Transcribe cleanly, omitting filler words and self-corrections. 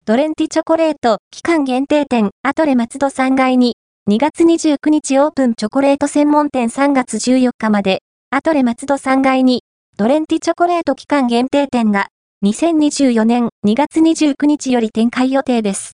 ドレンティチョコレート期間限定店アトレ松戸3階に2月29日オープンチョコレート専門店3月14日までアトレ松戸3階にドレンティチョコレート期間限定店が2024年2月29日より展開予定です。